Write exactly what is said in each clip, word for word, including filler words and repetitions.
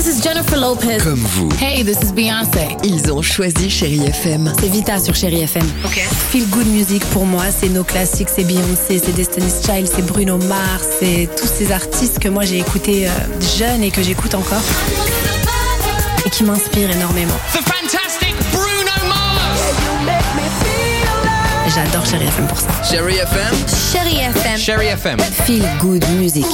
this is Jennifer Lopez. Comme vous. Hey, this is Beyoncé. Ils ont choisi Chérie F M. C'est Vita sur Chérie F M. Ok. Feel good music pour moi, c'est nos classiques, c'est Beyoncé, c'est Destiny's Child, c'est Bruno Mars, c'est tous ces artistes que moi j'ai écoutés euh, jeune et que j'écoute encore et qui m'inspirent énormément. The fantastic Bruno Mars. J'adore Chérie F M pour ça. Chérie F M. Chérie F M. Chérie F M. Feel good music.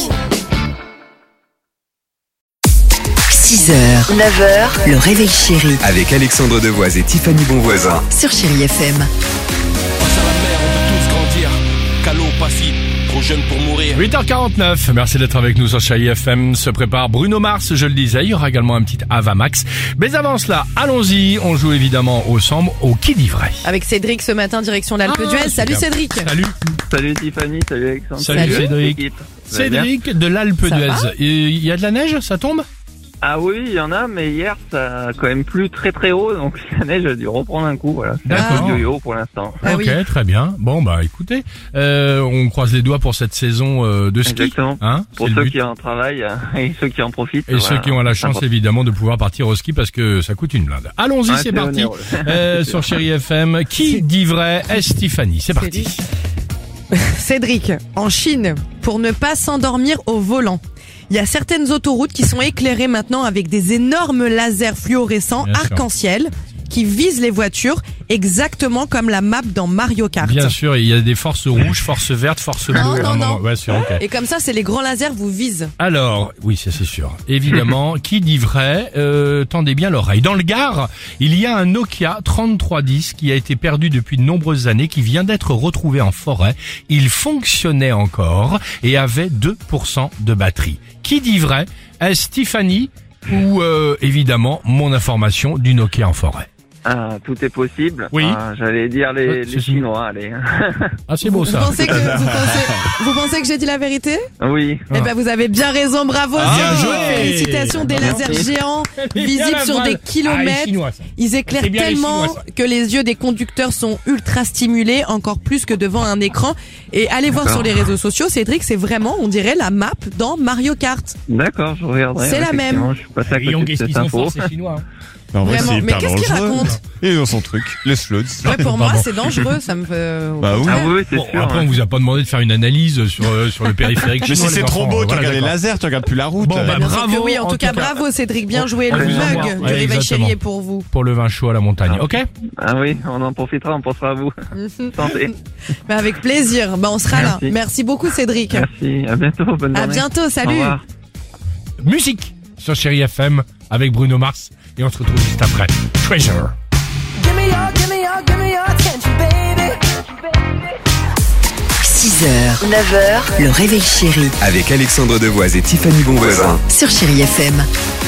six heures, neuf heures, le réveil chéri Avec Alexandre Devoise et Tiffany Bonvoisin. sur Chérie F M. Face à la mer, on peut tous grandir. Calo, Passy, trop jeune pour mourir. huit heures quarante-neuf, merci d'être avec nous sur Chérie F M. Se prépare Bruno Mars, je le disais, il y aura également un petit Avamax. Mais avant cela, allons-y, on joue évidemment ensemble au Qui dit vrai. Avec Cédric ce matin, direction l'Alpe Ah, d'Huez. Salut super. Cédric. Salut, Salut Tiffany, salut Alexandre. salut, Salut. Cédric. Équipe. Vous allez bien? Cédric de l'Alpe Ça d'Huez. va Et il y a de la neige, ça tombe? Ah oui, il y en a, mais hier ça a quand même plu très très haut, donc la neige a dû reprendre un coup, voilà. C'est un D'accord. peu yo-yo pour l'instant. Ah Ok, oui. très bien. Bon bah écoutez, euh, on croise les doigts pour cette saison euh, de ski. Exactement. Hein, Pour c'est le ceux but. qui en travaillent euh, et ceux qui en profitent. Et ceux voilà, qui ont la c'est chance important. évidemment de pouvoir partir au ski parce que ça coûte une blinde. Allons-y, Ouais, c'est c'est parti. onéreux. Euh, sur Chérie F M, qui dit vrai? Est-ce Tiffany? C'est parti. Cédric, en Chine, pour ne pas s'endormir au volant. Il y a certaines autoroutes qui sont éclairées maintenant avec des énormes lasers fluorescents Bien sûr. arc-en-ciel qui visent les voitures exactement comme la map dans Mario Kart. Bien sûr, il y a des forces rouges, forces vertes, forces bleues. Non, à un non, moment. non. Ouais, sûr, ok. Et comme ça, c'est les grands lasers vous visent. Alors, oui, ça c'est sûr. Évidemment, qui dit vrai, euh, tendez bien l'oreille. Dans le Gard, il y a un Nokia trente-trois dix qui a été perdu depuis de nombreuses années, qui vient d'être retrouvé en forêt. Il fonctionnait encore et avait deux pour cent de batterie. Qui dit vrai? Est-ce Tiffany ou euh, évidemment mon information du Nokia en forêt? Ah, tout est possible. Oui. Ah, j'allais dire les, Ouais, les c'est- Chinois, allez. Ah, c'est beau Vous ça. pensez que, vous pensez, vous pensez que j'ai dit la vérité? Oui. Eh ben, vous avez bien raison, bravo. Ah, bien Cédric. joué. Félicitations, des Merci. lasers géants visibles la sur balle. des Ah, les kilomètres. Chinois, ça. Ils éclairent C'est bien les tellement Chinois, ça. que les yeux des conducteurs sont ultra stimulés, encore plus que devant un écran. Et allez voir D'accord. sur les réseaux sociaux, Cédric, c'est vraiment, on dirait, la map dans Mario Kart. D'accord, je regarderai. C'est la effectivement, même. Je suis passé à Ils ont côté de qu'est-ce qu'ils cette sont info. forts, ces Chinois. hein. En vrai, Vraiment. c'est Mais hyper qu'est-ce qu'il dangereux. raconte? Il est dans son truc, laisse-le. Ouais, pour moi, Pardon. c'est dangereux, ça me fait... au Bah oui. contraire. Ah oui, c'est Bon, sûr. après, hein. on vous a pas demandé de faire une analyse sur, euh, sur le périphérique Mais chinois, si les c'est trop enfants. beau, tu Voilà, regardes les d'accord. lasers, tu regardes plus la route. Bon, bah, Bien sûr bravo, que oui, en, en tout tout cas, cas. bravo Cédric, bien On- joué, on le vous envoie. mug du Ouais, réveil exactement. chéri est pour vous. Pour le vin chaud à la montagne, Ah. ok? Ah oui, on en profitera, on pensera à vous. Santé. Bah, avec plaisir, bah, on sera là. Merci. Merci beaucoup Cédric. Merci, à bientôt, bonne À journée. bientôt, Au salut. revoir. Musique sur Chérie F M avec Bruno Mars et on se retrouve juste après. Treasure. six heures, neuf heures, le réveil chéri Avec Alexandre Devoise et Tiffany Bonvoisin. sur Chérie F M.